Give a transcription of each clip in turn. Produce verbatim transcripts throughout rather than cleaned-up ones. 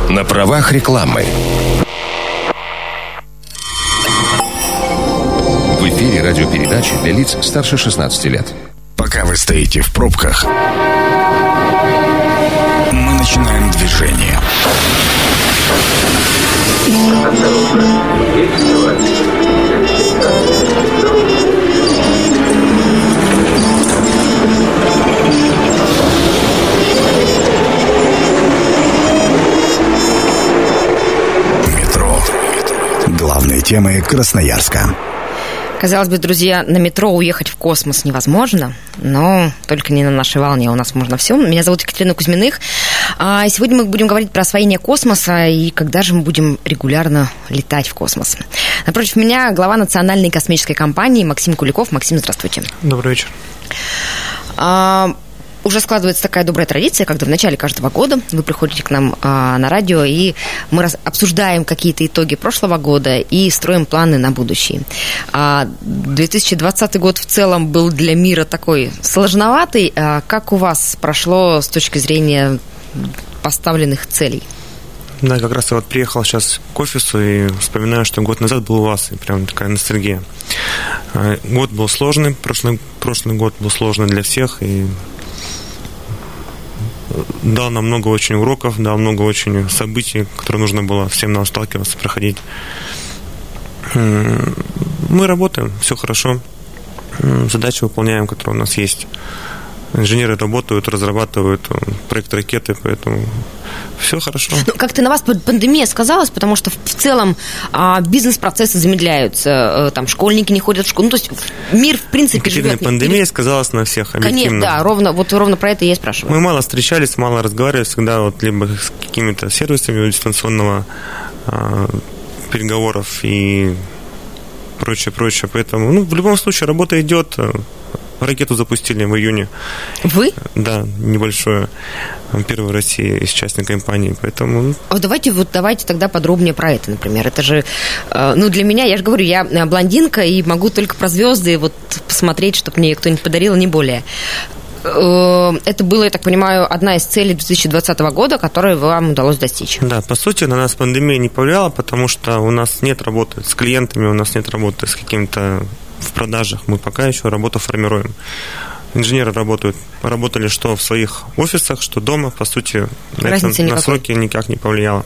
На правах рекламы. В эфире радиопередачи для лиц старше шестнадцати лет. Пока вы стоите в пробках, мы начинаем движение. Метро. Главные темы Красноярска. Казалось бы, друзья, на метро уехать в космос невозможно, но только не на нашей волне, у нас можно все. Меня зовут Екатерина Кузьминых, и сегодня мы будем говорить про освоение космоса и когда же мы будем регулярно летать в космос. Напротив меня глава Национальной космической компании Максим Куликов. Максим, здравствуйте. Добрый вечер. А, уже складывается такая добрая традиция, когда в начале каждого года вы приходите к нам а, на радио, и мы раз, обсуждаем какие-то итоги прошлого года и строим планы на будущее. А, две тысячи двадцатый год в целом был для мира такой сложноватый. А, как у вас прошло с точки зрения поставленных целей? Да, как раз я вот приехал сейчас к офису и вспоминаю, что год назад был у вас, и прям такая ностальгия. Год был сложный, прошлый, прошлый год был сложный для всех, и дал нам много очень уроков, дал много очень событий, которые нужно было всем нам сталкиваться, проходить. Мы работаем, все хорошо, задачи выполняем, которые у нас есть. Инженеры работают, разрабатывают проект ракеты, поэтому все хорошо. Ну, как-то на вас пандемия сказалась, потому что в целом а, бизнес-процессы замедляются, там школьники не ходят в школу, ну, то есть мир, в принципе, живет. Пандемия сказалась на всех, объективно. Конечно, да, ровно, вот ровно про это я и спрашиваю. Мы мало встречались, мало разговаривали, всегда вот либо с какими-то сервисами дистанционного а, переговоров и прочее, прочее, поэтому, ну, в любом случае, работа идет. Ракету запустили в июне. Вы? Да, небольшую. Первую в России из частной компании, поэтому... О, давайте, вот, давайте тогда подробнее про это, например. Это же, ну, для меня, я же говорю, я блондинка и могу только про звезды вот посмотреть, чтобы мне кто-нибудь подарил, не более. Это было, я так понимаю, одна из целей две тысячи двадцатого года, которую вам удалось достичь. Да, по сути, на нас пандемия не повлияла, потому что у нас нет работы с клиентами, у нас нет работы с каким-то в продажах. Мы пока еще работу формируем. Инженеры работают, работали что в своих офисах, что дома. По сути, это на сроки никак не повлияло.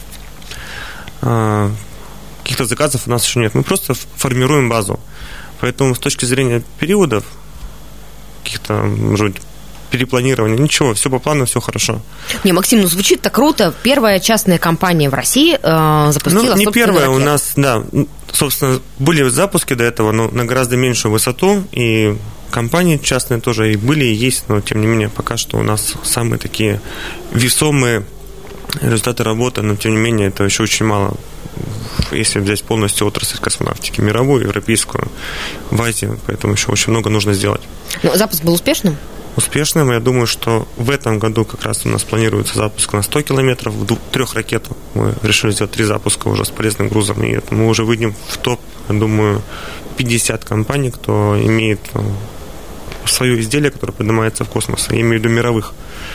Каких-то заказов у нас еще нет. Мы просто формируем базу. Поэтому с точки зрения периодов, каких-то, может быть, перепланирования, ничего, все по плану, все хорошо. Не, Максим, ну звучит так круто. Первая частная компания в России э, запустила ну, не первая, ракету. У нас, да, собственно, были запуски до этого, но на гораздо меньшую высоту, и компании частные тоже и были, и есть, но тем не менее, пока что у нас самые такие весомые результаты работы, но тем не менее, это еще очень мало. Если взять полностью отрасль космонавтики, мировую, европейскую, в Азии, поэтому еще очень много нужно сделать. Но запуск был успешным? Успешным. Я думаю, что в этом году как раз у нас планируется запуск на сто километров, в двух, трех ракет. Мы решили сделать три запуска уже с полезным грузом, и это мы уже выйдем в топ, я думаю, пятьдесят компаний, кто имеет свое изделие, которое поднимается в космос, я имею в виду мировых.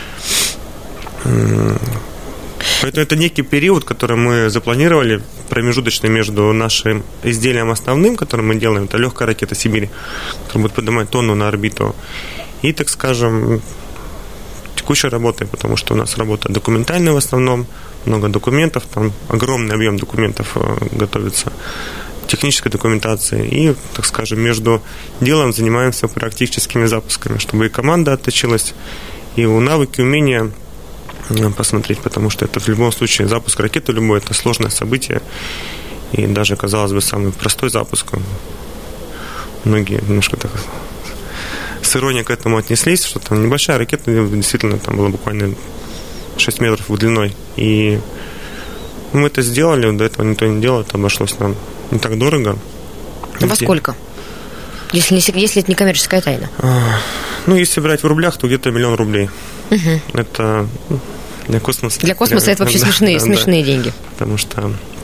Поэтому это некий период, который мы запланировали, промежуточный между нашим изделием основным, которое мы делаем, это легкая ракета «Сибирь», которая будет поднимать тонну на орбиту, и, так скажем, текущей работой, потому что у нас работа документальная в основном, много документов, там огромный объем документов готовится, технической документации, и, так скажем, между делом занимаемся практическими запусками, чтобы и команда отточилась, и у навыки, умения посмотреть, потому что это в любом случае запуск ракеты любой, это сложное событие, и даже, казалось бы, самый простой запуск, многие немножко так с иронией к этому отнеслись, что там небольшая ракета, действительно, там была буквально шесть метров длиной. И мы это сделали, до этого никто не делал, это обошлось нам не так дорого. Во где? Сколько? Если, не, если это не коммерческая тайна. А, ну, если брать в рублях, то где-то миллион рублей. Угу. Это для космоса. Для космоса это вообще да, смешные, да, смешные да, деньги. Потому что...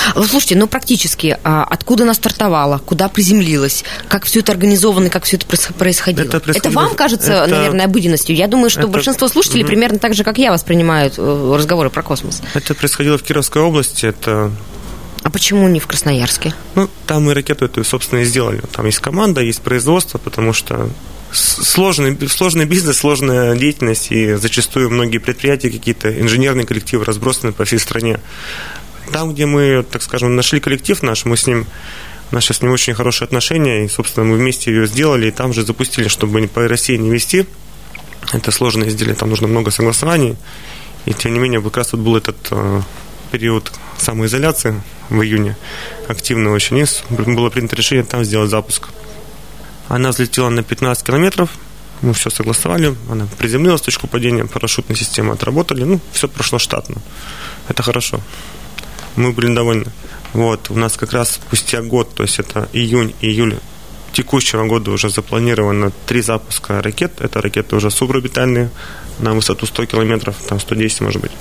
Слушайте, ну практически, откуда она стартовала, куда приземлилась, как все это организовано, как все это происходило? Это, это вам кажется, это... наверное, обыденностью? Я думаю, что это... большинство слушателей угу. примерно так же, как я, воспринимают разговоры про космос. Это происходило в Кировской области, это... А почему не в Красноярске? Ну, там мы ракету эту, собственно, и сделали. Там есть команда, есть производство, потому что сложный, сложный бизнес, сложная деятельность, и зачастую многие предприятия, какие-то инженерные коллективы разбросаны по всей стране. Там, где мы, так скажем, нашли коллектив наш, мы с ним, у нас сейчас с ним очень хорошие отношения, и, собственно, мы вместе ее сделали, и там же запустили, чтобы по России не вести. Это сложное изделие, там нужно много согласований, и, тем не менее, как раз вот был этот э, период самоизоляции в июне, активно очень, и было принято решение там сделать запуск. Она взлетела на пятнадцать километров, мы все согласовали, она приземлилась в точку падения, парашютные системы отработали, ну, все прошло штатно. Это хорошо. Мы были довольны. Вот, у нас как раз спустя год, то есть это июнь и июль текущего года уже запланировано три запуска ракет. Это ракеты уже суборбитальные на высоту сто километров, там сто десять может быть.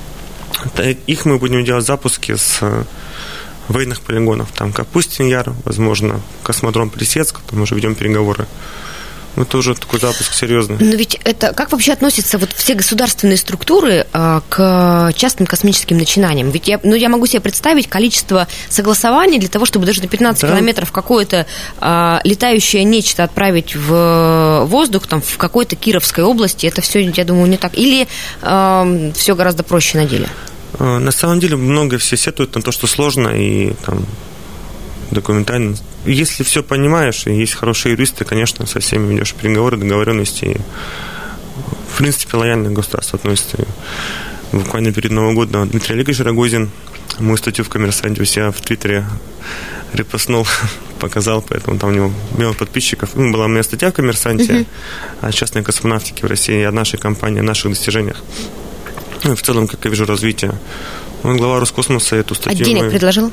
Их мы будем делать запуски с военных полигонов. Там Капустин-Яр, возможно, космодром Плесецк, там уже ведем переговоры. Это уже такой запуск серьезный. Но ведь это как вообще относятся вот все государственные структуры а, к частным космическим начинаниям? Ведь я, ну, я могу себе представить количество согласований для того, чтобы даже на пятнадцать да. километров какое-то а, летающее нечто отправить в воздух, там, в какой-то Кировской области. Это все, я думаю, не так. Или а, все гораздо проще на деле? На самом деле много все сетуют на то, что сложно и там документально. Если все понимаешь, и есть хорошие юристы, конечно, со всеми ведешь переговоры, договоренности. И, в принципе, лояльно к государству относится. И буквально перед Новым годом Дмитрий Олегович Рогозин мою статью в «Коммерсанте» у себя в Твиттере репостнул, показал, поэтому там у него миллион подписчиков. Ну, была у меня статья в «Коммерсанте» uh-huh. о частной космонавтике в России, о нашей компании, о наших достижениях. Ну, и в целом, как я вижу, развитие. Он глава Роскосмоса эту статью... А денег мы... предложил?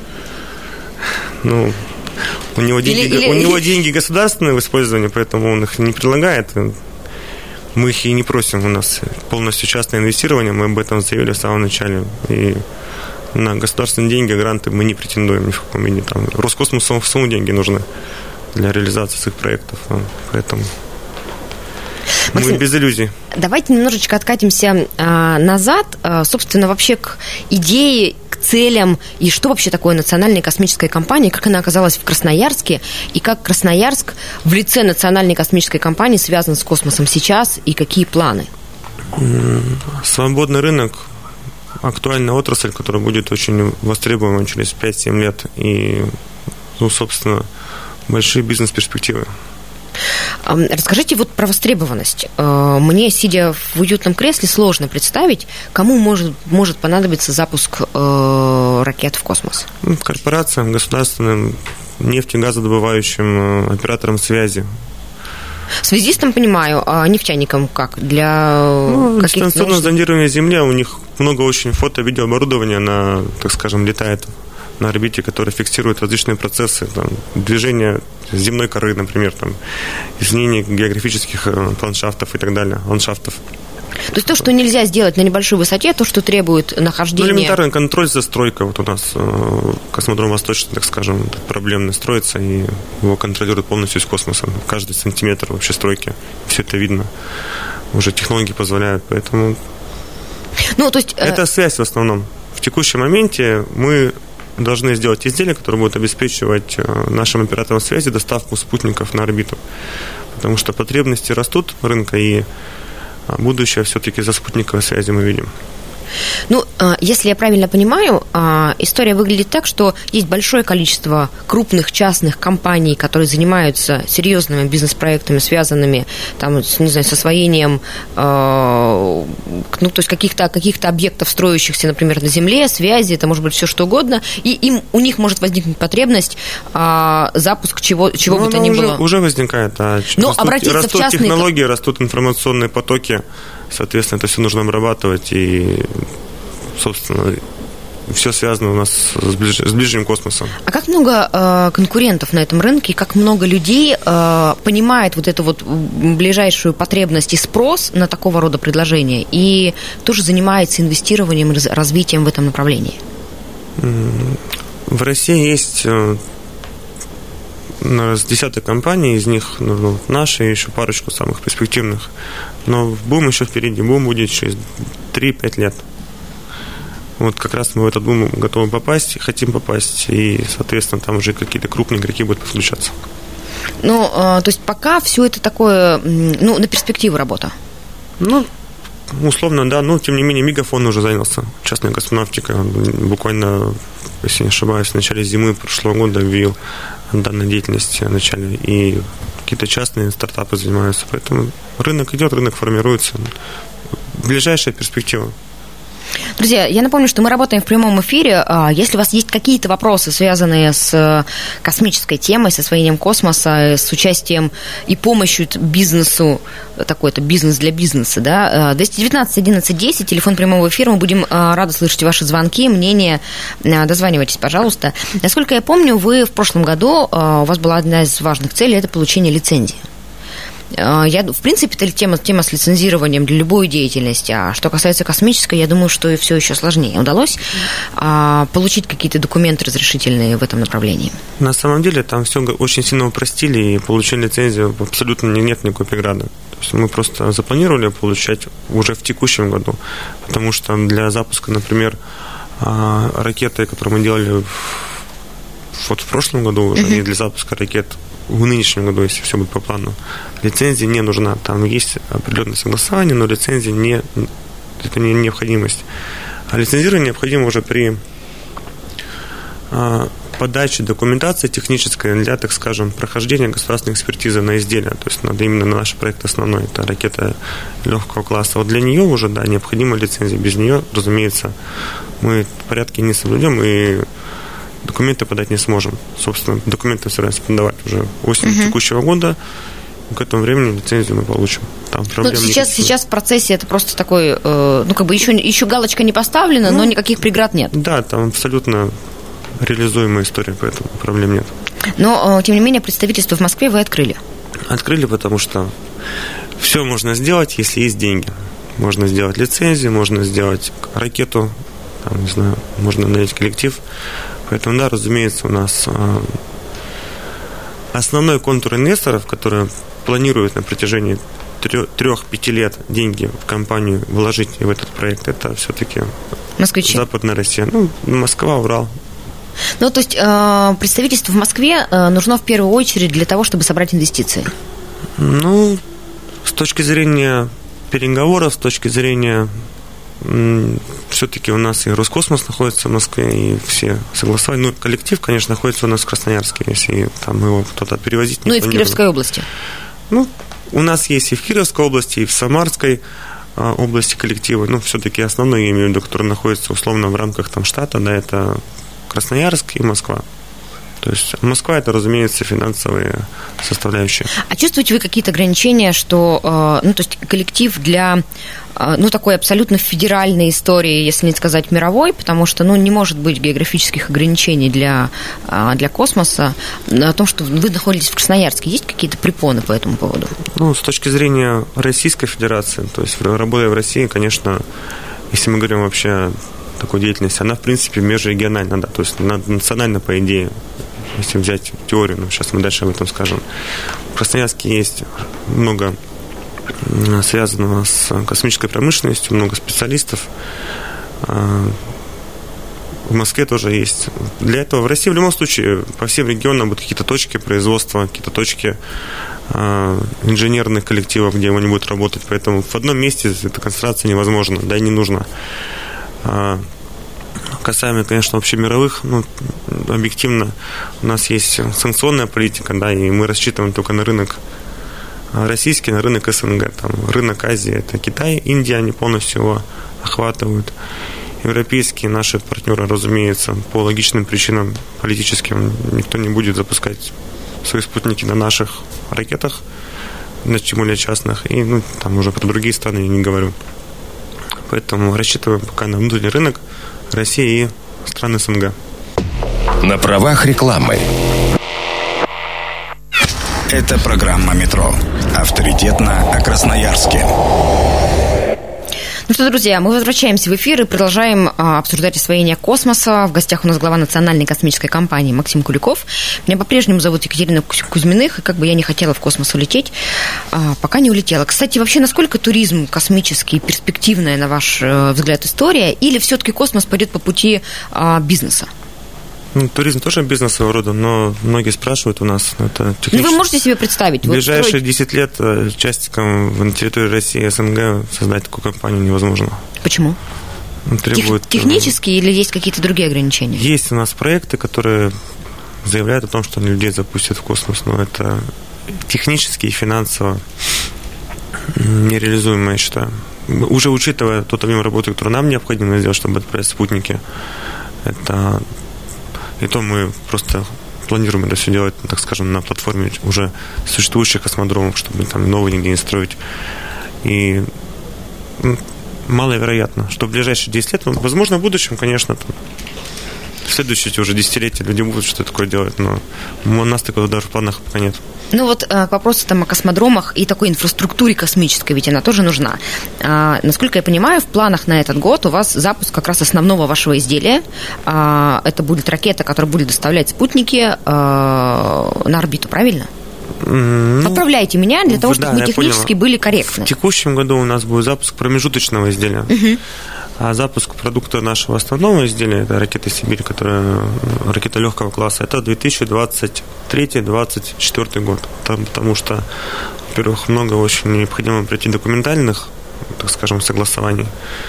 Ну, у него, деньги, или, у или... него деньги государственные в использовании, поэтому он их не предлагает. Мы их и не просим. У нас полностью частное инвестирование, мы об этом заявили в самом начале. И на государственные деньги, гранты мы не претендуем ни в каком виде. Там Роскосмосу в сумму деньги нужны для реализации своих проектов. Поэтому... Максим, мы без иллюзий. Давайте немножечко откатимся а, назад, а, собственно, вообще к идее, к целям, и что вообще такое национальная космическая компания, как она оказалась в Красноярске, и как Красноярск в лице национальной космической компании связан с космосом сейчас, и какие планы? Свободный рынок, актуальная отрасль, которая будет очень востребована через пять-семь лет, и, ну, собственно, большие бизнес-перспективы. Расскажите вот про востребованность. Мне, сидя в уютном кресле, сложно представить, кому может, может понадобиться запуск э, ракет в космос. Корпорациям, государственным, нефть- и газодобывающим, операторам связи. Связистам, понимаю, а нефтяникам как? Для ну, каких-то... Дистанционное зондирование Земли, у них много очень фото-видеооборудования, на, так скажем, летает на орбите, которая фиксирует различные процессы, там, движение земной коры, например, там, изменение географических ландшафтов и так далее, ландшафтов. То есть то, что нельзя сделать на небольшой высоте, то, что требует нахождения... Ну, элементарный контроль за стройкой. Вот у нас э, космодром Восточный, так скажем, проблемный строится, и его контролируют полностью из космоса. Каждый сантиметр вообще стройки. Все это видно. Уже технологии позволяют, поэтому... Ну, то есть... Это связь в основном. В текущем моменте мы должны сделать изделия, которые будут обеспечивать нашим операторам связи доставку спутников на орбиту. Потому что потребности растут рынка, и будущее все-таки за спутниковой связью мы видим. Ну, если я правильно понимаю, история выглядит так, что есть большое количество крупных частных компаний, которые занимаются серьезными бизнес-проектами, связанными там, не знаю, с освоением ну, то есть каких-то, каких-то объектов, строящихся, например, на Земле, связи, это может быть все что угодно, и им, у них может возникнуть потребность запуск чего, чего ну, бы то ни уже, было. Уже возникает. А Но растут обратиться растут в частные... технологии, растут информационные потоки. Соответственно, это все нужно обрабатывать, и, собственно, все связано у нас с, ближ... с ближним космосом. А как много э, конкурентов на этом рынке, как много людей э, понимает вот эту вот ближайшую потребность и спрос на такого рода предложения, и тоже занимается инвестированием и развитием в этом направлении? В России есть с десяток компаний, из них ну, наши, и еще парочку самых перспективных. Но бум еще впереди, бум будет через три-пять лет. Вот как раз мы в этот бум готовы попасть, хотим попасть, и, соответственно, там уже какие-то крупные игроки будут подключаться. Ну, то есть пока все это такое, ну, на перспективу работа? Ну, условно, да, но, тем не менее, Мегафон уже занялся частной космонавтикой. Он буквально, если не ошибаюсь, в начале зимы прошлого года объявил данной деятельности в начале, и какие-то частные стартапы занимаются. Поэтому рынок идет, рынок формируется. Ближайшая перспектива. Друзья, я напомню, что мы работаем в прямом эфире. Если у вас есть какие-то вопросы, связанные с космической темой, с освоением космоса, с участием и помощью бизнесу, такой-то бизнес для бизнеса, да, двести девятнадцать одиннадцать десять, телефон прямого эфира, мы будем рады слышать ваши звонки, мнения, дозванивайтесь, пожалуйста. Насколько я помню, вы в прошлом году, у вас была одна из важных целей, это получение лицензии. Я, в принципе, это тема, тема с лицензированием для любой деятельности. А что касается космической, я думаю, что все еще сложнее. Удалось а, получить какие-то документы разрешительные в этом направлении? На самом деле там все очень сильно упростили, и получение лицензии абсолютно нет никакой преграды. То есть мы просто запланировали получать уже в текущем году, потому что для запуска, например, ракеты, которые мы делали вот в прошлом году, уже mm-hmm. не для запуска ракет, в нынешнем году, если все будет по плану, лицензия не нужна. Там есть определенное согласование, но лицензия не, это не необходимость. А лицензирование необходимо уже при а, подаче документации технической для, так скажем, прохождения государственной экспертизы на изделие. То есть надо именно на наш проект основной, это ракета легкого класса. Вот для нее уже, да, необходима лицензия. Без нее, разумеется, мы порядки не соблюдем и документы подать не сможем. Собственно, документы собираемся подавать уже осенью uh-huh. текущего года. К этому времени лицензию мы получим. Там проблем ну, сейчас, сейчас в процессе это просто такой, э, ну, как бы еще, еще галочка не поставлена, ну, но никаких преград нет. Да, там абсолютно реализуемая история, поэтому проблем нет. Но, тем не менее, представительство в Москве вы открыли. Открыли, потому что все можно сделать, если есть деньги. Можно сделать лицензию, можно сделать ракету, там, не знаю, можно нанять коллектив. Поэтому, да, разумеется, у нас основной контур инвесторов, которые планируют на протяжении трех-пяти лет деньги в компанию вложить в этот проект, это все-таки москвичи. Западная Россия. Ну, Москва, Урал. Ну, то есть представительство в Москве нужно в первую очередь для того, чтобы собрать инвестиции? Ну, с точки зрения переговоров, с точки зрения... Все-таки у нас и Роскосмос находится в Москве, и все согласования. Ну, коллектив, конечно, находится у нас в Красноярске, если там его кто-то перевозить не Ну, и в Кировской области. Ну, у нас есть и в Кировской области, и в Самарской а, области коллективы. Ну, все-таки основной, я имею в виду, который находится условно в рамках там штата, да, это Красноярск и Москва. То есть Москва – это, разумеется, финансовые составляющие. А чувствуете вы какие-то ограничения, что, ну, то есть коллектив для, ну, такой абсолютно федеральной истории, если не сказать мировой, потому что, ну, не может быть географических ограничений для, для космоса, о том, что вы находитесь в Красноярске. Есть какие-то препоны по этому поводу? Ну, с точки зрения Российской Федерации, то есть работая в России, конечно, если мы говорим вообще такой деятельности, она, в принципе, межрегиональна, да, то есть национально, по идее, если взять теорию, ну, сейчас мы дальше об этом скажем. В Красноярске есть много связанного с космической промышленностью, много специалистов. В Москве тоже есть. Для этого в России в любом случае по всем регионам будут какие-то точки производства, какие-то точки инженерных коллективов, где они будут работать. Поэтому в одном месте эта концентрация невозможна, да и не нужна. Касаемо, конечно, общемировых, ну, объективно, у нас есть санкционная политика, да, и мы рассчитываем только на рынок российский, на рынок СНГ. Там, рынок Азии – это Китай, Индия, они полностью его охватывают. Европейские наши партнеры, разумеется, по логичным причинам политическим, никто не будет запускать свои спутники на наших ракетах, тем более частных, и, ну, там уже про другие страны я не говорю. Поэтому рассчитываем пока на внутренний рынок России и стран СНГ. На правах рекламы. Это программа «Метро». Авторитетно о Красноярске. Ну что, друзья, мы возвращаемся в эфир и продолжаем а, обсуждать освоение космоса. В гостях у нас глава Национальной космической компании Максим Куликов. Меня по-прежнему зовут Екатерина Кузьминых, и как бы я не хотела в космос улететь, а, пока не улетела. Кстати, вообще, насколько туризм космический перспективная, на ваш а, взгляд, история, или все-таки космос пойдет по пути а, бизнеса? Ну, туризм тоже бизнес своего рода, но многие спрашивают у нас. Это технически... Ну, вы можете себе представить? В ближайшие вот строить... десять лет частникам на территории России и СНГ создать такую компанию невозможно. Почему? Требует... Тех... Технически или есть какие-то другие ограничения? Есть у нас проекты, которые заявляют о том, что они людей запустят в космос, но это технически и финансово нереализуемо, я считаю. Уже учитывая тот объем работы, который нам необходимо сделать, чтобы отправить спутники, это... И то мы просто планируем это все делать, так скажем, на платформе уже существующих космодромов, чтобы там новые нигде не строить. И ну, маловероятно, что в ближайшие десять лет, ну, возможно, в будущем, конечно, там, в следующие уже десятилетия люди будут что-то такое делать, но у нас такого даже в планах пока нет. Ну вот к вопросу там о космодромах и такой инфраструктуре космической, ведь она тоже нужна. А, насколько я понимаю, в планах на этот год у вас запуск как раз основного вашего изделия. А, это будет ракета, которая будет доставлять спутники а, на орбиту, правильно? Ну, поправляйте меня для того, чтобы да, мы технически понял. были корректны. В текущем году у нас будет запуск промежуточного изделия. Угу. А запуск продукта нашего основного изделия, это ракета «Сибирь», которая ракета легкого класса, это две тысячи двадцать третий — две тысячи двадцать четвёртый год. Там, потому что, во-первых, много очень необходимо пройти документальных, так скажем, согласований.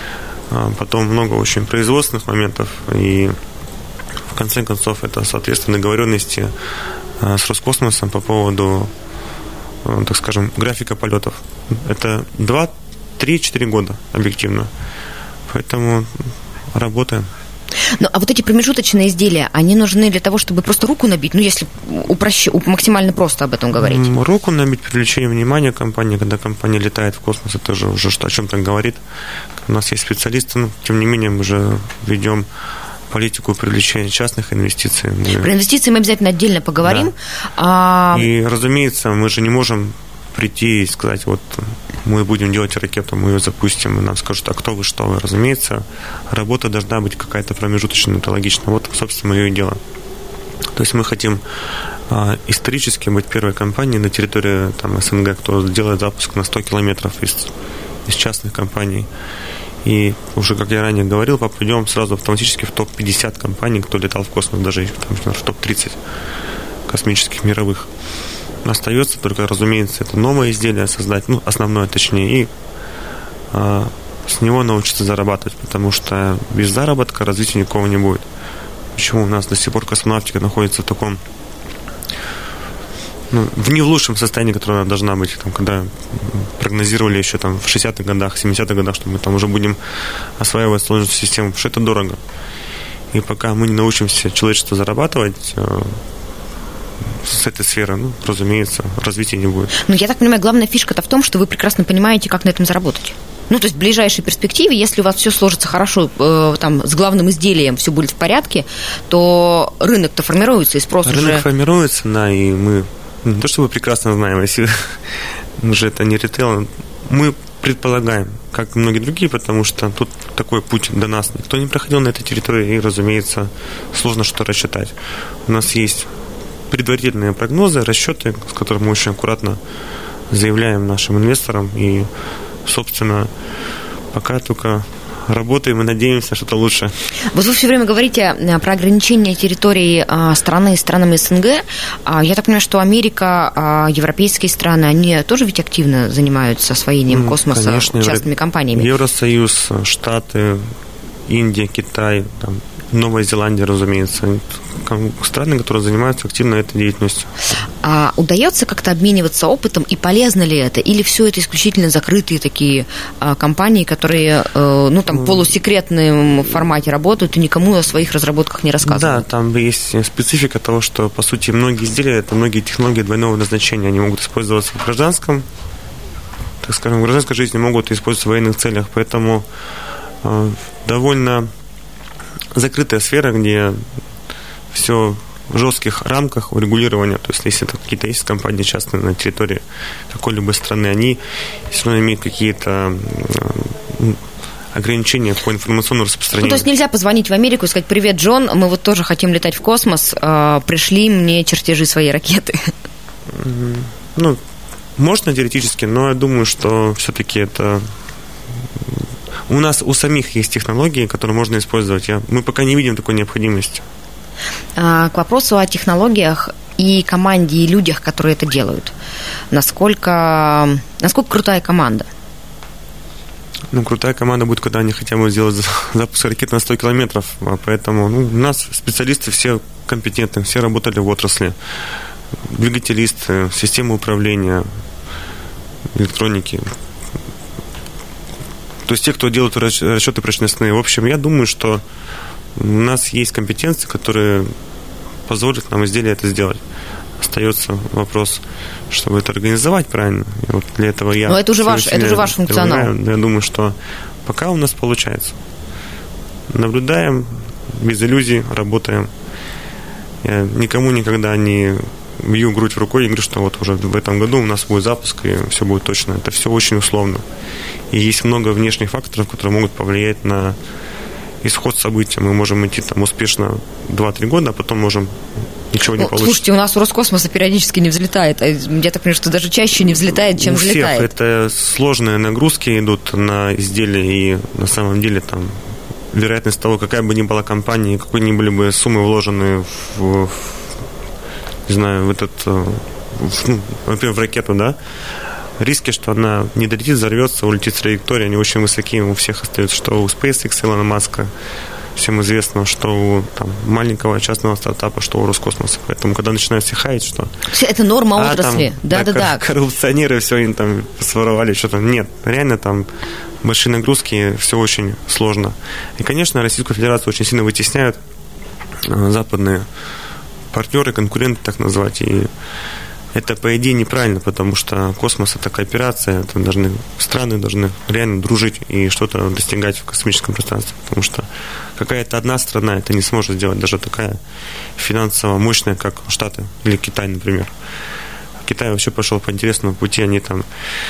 А потом много очень производственных моментов. И в конце концов это, соответственно, договоренности с Роскосмосом по поводу, так скажем, графика полетов. Это два-три-четыре года объективно. Поэтому работаем. Ну, а вот эти промежуточные изделия, они нужны для того, чтобы просто руку набить? Ну, если упрощ... максимально просто об этом говорить. Руку набить, привлечение внимания компании, когда компания летает в космос, это же уже что, о чем-то говорит. У нас есть специалисты, но, тем не менее, мы же ведем политику привлечения частных инвестиций. Мы... Про инвестиции мы обязательно отдельно поговорим. Да. А... И, разумеется, мы же не можем прийти и сказать, вот мы будем делать ракету, мы ее запустим, и нам скажут, а кто вы, что вы. Разумеется, работа должна быть какая-то промежуточная, это логично. Вот, собственно, мы ее и делаем. То есть мы хотим а, исторически быть первой компанией на территории там, СНГ, кто делает запуск на сто километров из, из частных компаний. И уже, как я ранее говорил, попадем сразу автоматически в топ пятьдесят компаний, кто летал в космос, даже там, в топ тридцать космических мировых. Остается только, разумеется, это новое изделие создать, ну, основное, точнее, и а, с него научиться зарабатывать, потому что без заработка развития никакого не будет. Почему у нас до сих пор космонавтика находится в таком, ну, в не в лучшем состоянии, которое она должна быть, там, когда прогнозировали еще там, в шестидесятых годах, семидесятых годах, что мы там уже будем осваивать сложную систему, потому что это дорого. И пока мы не научимся человечество зарабатывать с этой сферы, ну, разумеется, развития не будет. Ну, я так понимаю, главная фишка-то в том, что вы прекрасно понимаете, как на этом заработать. Ну, то есть в ближайшей перспективе, если у вас все сложится хорошо, э, там, с главным изделием все будет в порядке, то рынок-то формируется, и спрос рынок уже... Рынок формируется, да, и мы не то, что мы прекрасно знаем, если уже это не ритейл, мы предполагаем, как и многие другие, потому что тут такой путь до нас никто не проходил на этой территории, и, разумеется, сложно что-то рассчитать. У нас есть предварительные прогнозы, расчеты, с которыми мы очень аккуратно заявляем нашим инвесторам. И, собственно, пока только работаем и надеемся, что-то лучше. Вот вы все время говорите про ограничения территории страны странами СНГ. Я так понимаю, что Америка, европейские страны, они тоже ведь активно занимаются освоением космоса. Конечно, частными компаниями. Евросоюз, Штаты, Индия, Китай, там, Новая Зеландия, разумеется, страны, которые занимаются активно этой деятельностью. А удается как-то обмениваться опытом, и полезно ли это? Или все это исключительно закрытые такие а, компании, которые а, ну, там, в полусекретном формате работают и никому о своих разработках не рассказывают? Да, там есть специфика того, что, по сути, многие изделия, это многие технологии двойного назначения, они могут использоваться в гражданском, так скажем, в гражданской жизни, могут использоваться в военных целях, поэтому а, довольно закрытая сфера, где все в жестких рамках урегулирования. То есть, если это какие-то есть компании частные на территории какой-либо страны, они все равно имеют какие-то ограничения по информационному распространению. Ну, то есть нельзя позвонить в Америку и сказать: привет, Джон, мы вот тоже хотим летать в космос, пришли мне чертежи своей ракеты. Ну, можно теоретически, но я думаю, что все-таки это... У нас у самих есть технологии, которые можно использовать. Я... Мы пока не видим такой необходимости. К вопросу о технологиях и команде, и людях, которые это делают. Насколько, насколько крутая команда? Ну, крутая команда будет, когда они хотят сделать запуск ракет на сто километров. Поэтому ну, у нас специалисты все компетентны, все работали в отрасли. Двигателисты, системы управления, электроники. То есть те, кто делают расчеты прочностные. В общем, я думаю, что у нас есть компетенции, которые позволят нам изделие это сделать. Остается вопрос, чтобы это организовать правильно. И вот для этого я... Но это уже ваш, это уже ваш функционал. Я думаю, что пока у нас получается. Наблюдаем, без иллюзий, работаем. Я никому никогда не бью грудь рукой и говорю, что вот уже в этом году у нас будет запуск, и все будет точно. Это все очень условно. И есть много внешних факторов, которые могут повлиять на исход события. Мы можем идти там успешно два-три года, а потом можем ничего не ну, получится. Слушайте, у нас у Роскосмоса периодически не взлетает. Я так понимаю, что даже чаще не взлетает, чем у взлетает. У всех это сложные нагрузки идут на изделия, и на самом деле там вероятность того, какая бы ни была компания, какой ни были бы суммы вложены в, в не знаю, в этот, в, ну, во-первых, в ракету, да, риски, что она не долетит, взорвется, улетит с траектории, они очень высокие, у всех остаются, что у SpaceX, Илона Маска, всем известно, что у там, маленького частного стартапа, что у Роскосмоса. Поэтому, когда начинают все хаять, что... Это норма а, отрасли. Да-да-да. Коррупционеры все они там своровали, что-то. Нет, реально там большие нагрузки, все очень сложно. И, конечно, Российскую Федерацию очень сильно вытесняют западные партнеры, конкуренты, так назвать. И это, по идее, неправильно, потому что космос – это кооперация, это должны, страны должны реально дружить и что-то достигать в космическом пространстве, потому что какая-то одна страна это не сможет сделать, даже такая финансово мощная, как Штаты или Китай, например. Китай вообще пошел по интересному пути, они там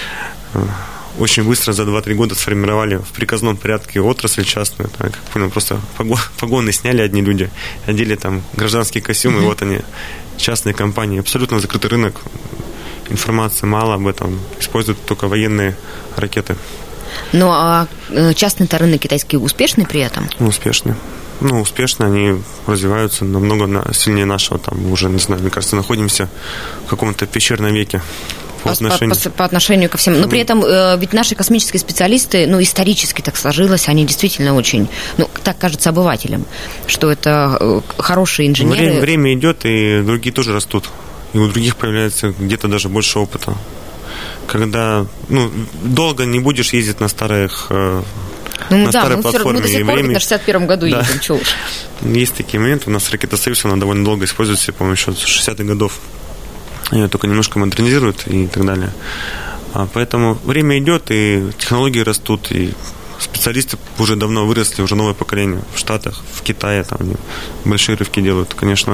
очень быстро за два-три года сформировали в приказном порядке отрасль частную. Так, как понял, просто погоны сняли одни люди, одели там гражданские костюмы, mm-hmm. и вот они, частные компании, абсолютно закрытый рынок, информации мало об этом, используют только военные ракеты. Ну, а частный-то рынок китайский успешный при этом? Успешный. Ну, успешно они развиваются намного сильнее нашего. Там уже, не знаю, мне кажется, находимся в каком-то пещерном веке. По отношению... По, по, по отношению ко всем. Но при этом э, ведь наши космические специалисты, ну, исторически так сложилось, они действительно очень, ну, так кажется обывателям, что это э, хорошие инженеры. Время, время идет, и другие тоже растут. И у других появляется где-то даже больше опыта. Когда, ну, долго не будешь ездить на старых... Э, ну, на да, старой мы, платформе. Мы до сих пор время... на шестьдесят первом году да. едем, чего уж. Есть такие моменты. У нас ракетосоюз, она довольно долго используется, по-моему, еще с шестидесятых годов. Ее только немножко модернизируют и так далее. А поэтому время идет, и технологии растут, и специалисты уже давно выросли, уже новое поколение в Штатах, в Китае, там они большие рывки делают, конечно.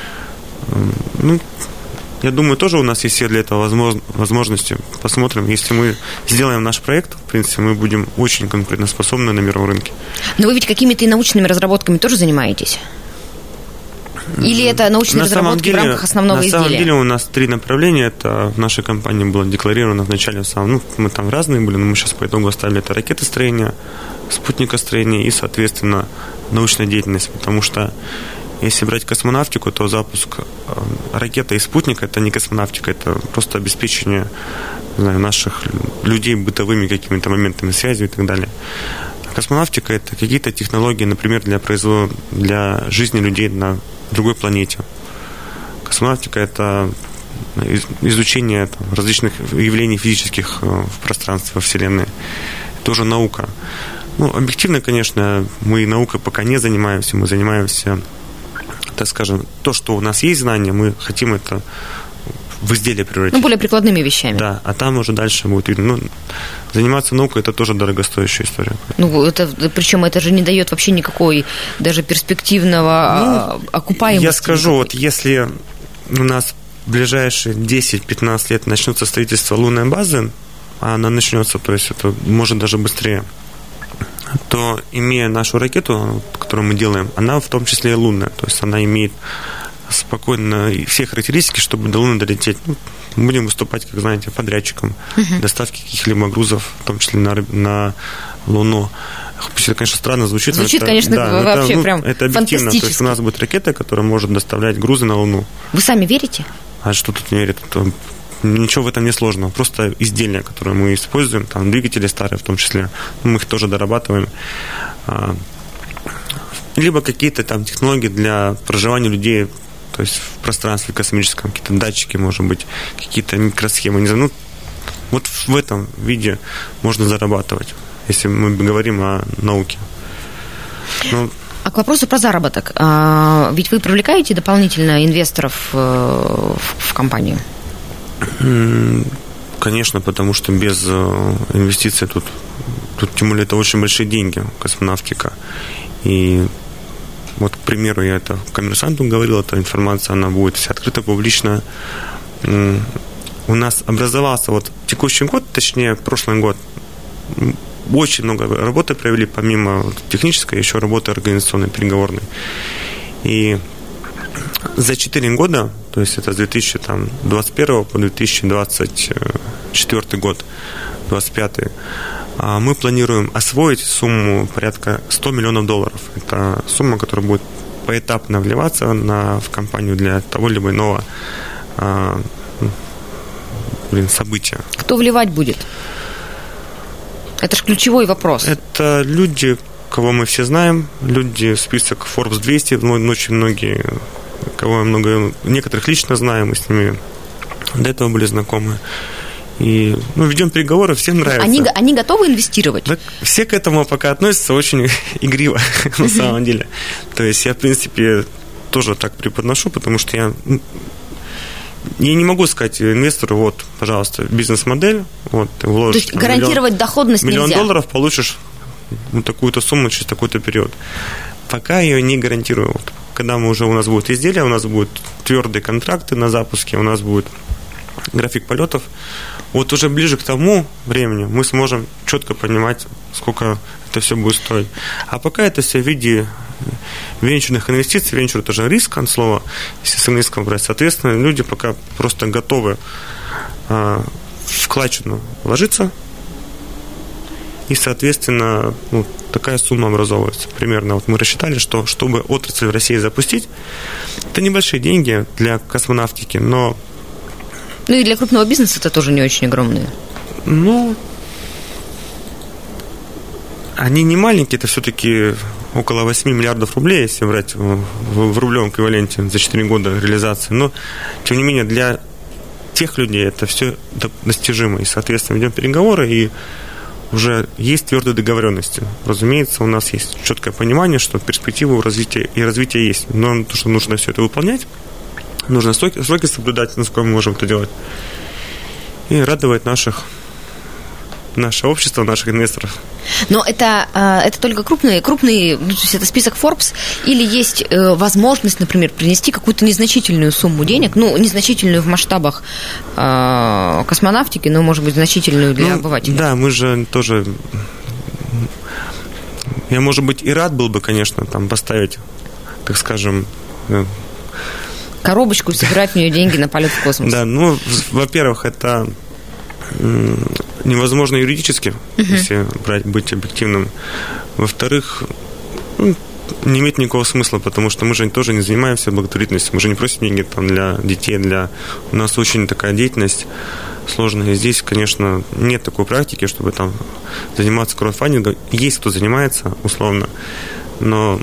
Ну, я думаю, тоже у нас есть все для этого возможности. Посмотрим, если мы сделаем наш проект, в принципе, мы будем очень конкурентоспособны на мировом рынке. Но вы ведь какими-то и научными разработками тоже занимаетесь? Или это научные на разработки деле, в рамках основного на изделия? На самом деле у нас три направления. Это в нашей компании было декларировано вначале. Ну, мы там разные были, но мы сейчас по итогу оставили это ракетостроение, спутникостроение и, соответственно, научная деятельность. Потому что если брать космонавтику, то запуск ракеты и спутника – это не космонавтика, это просто обеспечение, не знаю, наших людей бытовыми какими-то моментами связи и так далее. Космонавтика – это какие-то технологии, например, для производства, для жизни людей на другой планете. Космонавтика – это изучение там, различных явлений физических в пространстве, во Вселенной. Это уже наука. Ну, объективно, конечно, мы наукой пока не занимаемся, мы занимаемся, так скажем, то, что у нас есть знания, мы хотим это в изделие превратить. Ну, более прикладными вещами. Да, а там уже дальше будет видно. Ну, заниматься наукой – это тоже дорогостоящая история. Ну, это, причем это же не дает вообще никакой даже перспективного ну, окупаемости. Я скажу, вот если у нас в ближайшие десять-пятнадцать лет начнется строительство лунной базы, а она начнется, то есть это может даже быстрее, то, имея нашу ракету, которую мы делаем, она в том числе и лунная. То есть она имеет спокойно все характеристики, чтобы до Луны долететь. Ну, будем выступать, как знаете, подрядчиком uh-huh. доставки каких-либо грузов, в том числе на, на Луну. Пусть это, конечно, странно звучит. Звучит, это, конечно, да, вообще это, ну, прям это объективно. То есть у нас будет ракета, которая может доставлять грузы на Луну. Вы сами верите? А что тут не верит? Это, ничего в этом не сложного. Просто изделия, которые мы используем, там двигатели старые в том числе, мы их тоже дорабатываем. Либо какие-то там технологии для проживания людей, то есть в пространстве космическом, какие-то датчики, может быть, какие-то микросхемы. Не знаю, ну, вот в этом виде можно зарабатывать, если мы говорим о науке. Ну, а к вопросу про заработок. А, ведь вы привлекаете дополнительно инвесторов в, в компанию? Конечно, потому что без инвестиций тут, тут тем более это очень большие деньги, космонавтика. И вот, к примеру, я это коммерсанту говорил, эта информация, она будет вся открыта, публичная. У нас образовался вот текущий год, точнее, прошлый год, очень много работы провели, помимо технической, еще работы организационной, переговорной. И за четыре года, то есть это с две тысячи двадцать первого по две тысячи двадцать четвёртый год, двадцать пятый, мы планируем освоить сумму порядка сто миллионов долларов. Это сумма, которая будет поэтапно вливаться на, в компанию для того либо иного а, блин, события. Кто вливать будет? Это же ключевой вопрос. Это люди, кого мы все знаем, люди, список Forbes двести, ну, очень многие, кого я много, некоторых лично знаю, мы с ними до этого были знакомы. И, ну, ведем переговоры, всем нравится. Они, они готовы инвестировать? Все к этому пока относятся очень игриво, на самом деле. То есть я, в принципе, тоже так преподношу, потому что я, я не могу сказать инвестору, вот, пожалуйста, бизнес-модель, вот, ты вложишь. То есть гарантировать миллион, доходность миллион нельзя? Миллион долларов получишь вот такую-то сумму через такой-то период. Пока я ее не гарантирую. Вот, когда мы уже, у нас будут изделия, у нас будут твердые контракты на запуске, у нас будет график полетов. Вот уже ближе к тому времени мы сможем четко понимать, сколько это все будет стоить. А пока это все в виде венчурных инвестиций. Венчур – это же риск, от слова, если с английского брать. Соответственно, люди пока просто готовы а, в вкладчину вложиться, и, соответственно, ну, такая сумма образовывается. Примерно вот мы рассчитали, что чтобы отрасль в России запустить, это небольшие деньги для космонавтики, но... Ну и для крупного бизнеса это тоже не очень огромные. Ну, они не маленькие, это все-таки около восемь миллиардов рублей, если брать в, в рублевом эквиваленте за четыре года реализации. Но, тем не менее, для тех людей это все достижимо. И, соответственно, ведем переговоры, и уже есть твердые договоренности. Разумеется, у нас есть четкое понимание, что перспективы развития и развития есть. Но то, что нужно все это выполнять, нужно сроки, сроки соблюдать, насколько мы можем это делать, и радовать наших, наше общество, наших инвесторов. Но это, это только крупные, крупные, то есть это список Forbes, или есть возможность, например, принести какую-то незначительную сумму денег, ну, незначительную в масштабах космонавтики, но, может быть, значительную для ну, обывателей? Да, мы же тоже... Я, может быть, и рад был бы, конечно, там поставить, так скажем... коробочку и собирать в нее деньги на полет в космос. Да, ну, во-первых, это невозможно юридически, uh-huh. если брать, быть объективным. Во-вторых, ну, не имеет никакого смысла, потому что мы же тоже не занимаемся благотворительностью, мы же не просим деньги там для детей, для... У нас очень такая деятельность сложная. И здесь, конечно, нет такой практики, чтобы там заниматься краудфандингом. Есть кто занимается, условно, но...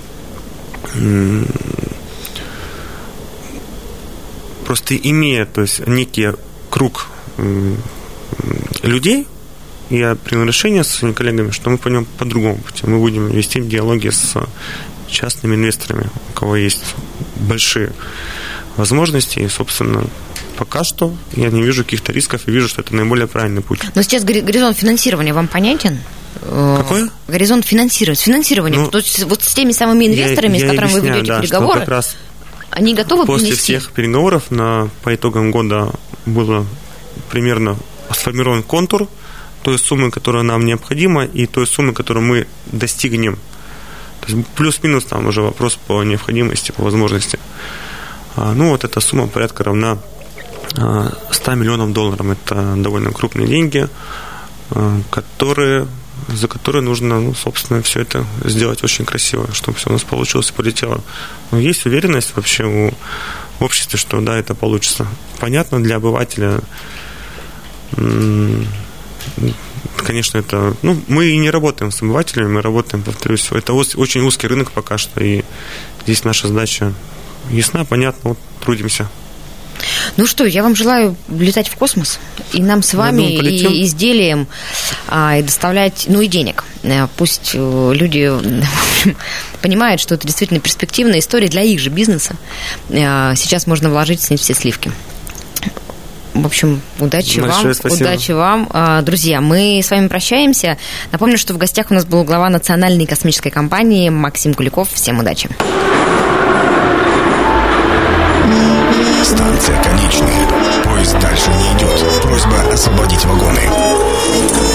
Просто имея, то есть, некий круг людей, я принял решение со своими коллегами, что мы пойдем по другому пути. Мы будем вести диалоги с частными инвесторами, у кого есть большие возможности. И, собственно, пока что я не вижу каких-то рисков и вижу, что это наиболее правильный путь. Но сейчас горизонт финансирования вам понятен? Какой? Горизонт финансирования. Финансирование. Ну, то есть вот с теми самыми инвесторами, я, с которыми объясняю, вы ведете да, переговоры, как раз они готовы после принести? всех переговоров на, по итогам года было примерно сформирован контур той суммы, которая нам необходима, и той суммы, которую мы достигнем. То есть плюс-минус там уже вопрос по необходимости, по возможности. Ну, вот эта сумма порядка равна ста миллионам долларов. Это довольно крупные деньги, которые, за которые нужно, ну, собственно, все это сделать очень красиво, чтобы все у нас получилось и полетело. Но есть уверенность вообще у общества, что да, это получится. Понятно, для обывателя, конечно, это... Ну, мы и не работаем с обывателями, мы работаем, повторюсь, это очень узкий рынок пока что, и здесь наша задача ясна, понятно, вот трудимся. Ну что, я вам желаю летать в космос, и нам с вами, думаю, и изделием, а, и доставлять, ну и денег. Пусть люди понимают, что это действительно перспективная история для их же бизнеса. Сейчас можно вложить с них все сливки. В общем, удачи Большое вам, спасибо. удачи вам. Друзья, мы с вами прощаемся. Напомню, что в гостях у нас был глава Национальной космической компании Максим Куликов. Всем удачи. Станция конечная. Поезд дальше не идет. Просьба освободить вагоны.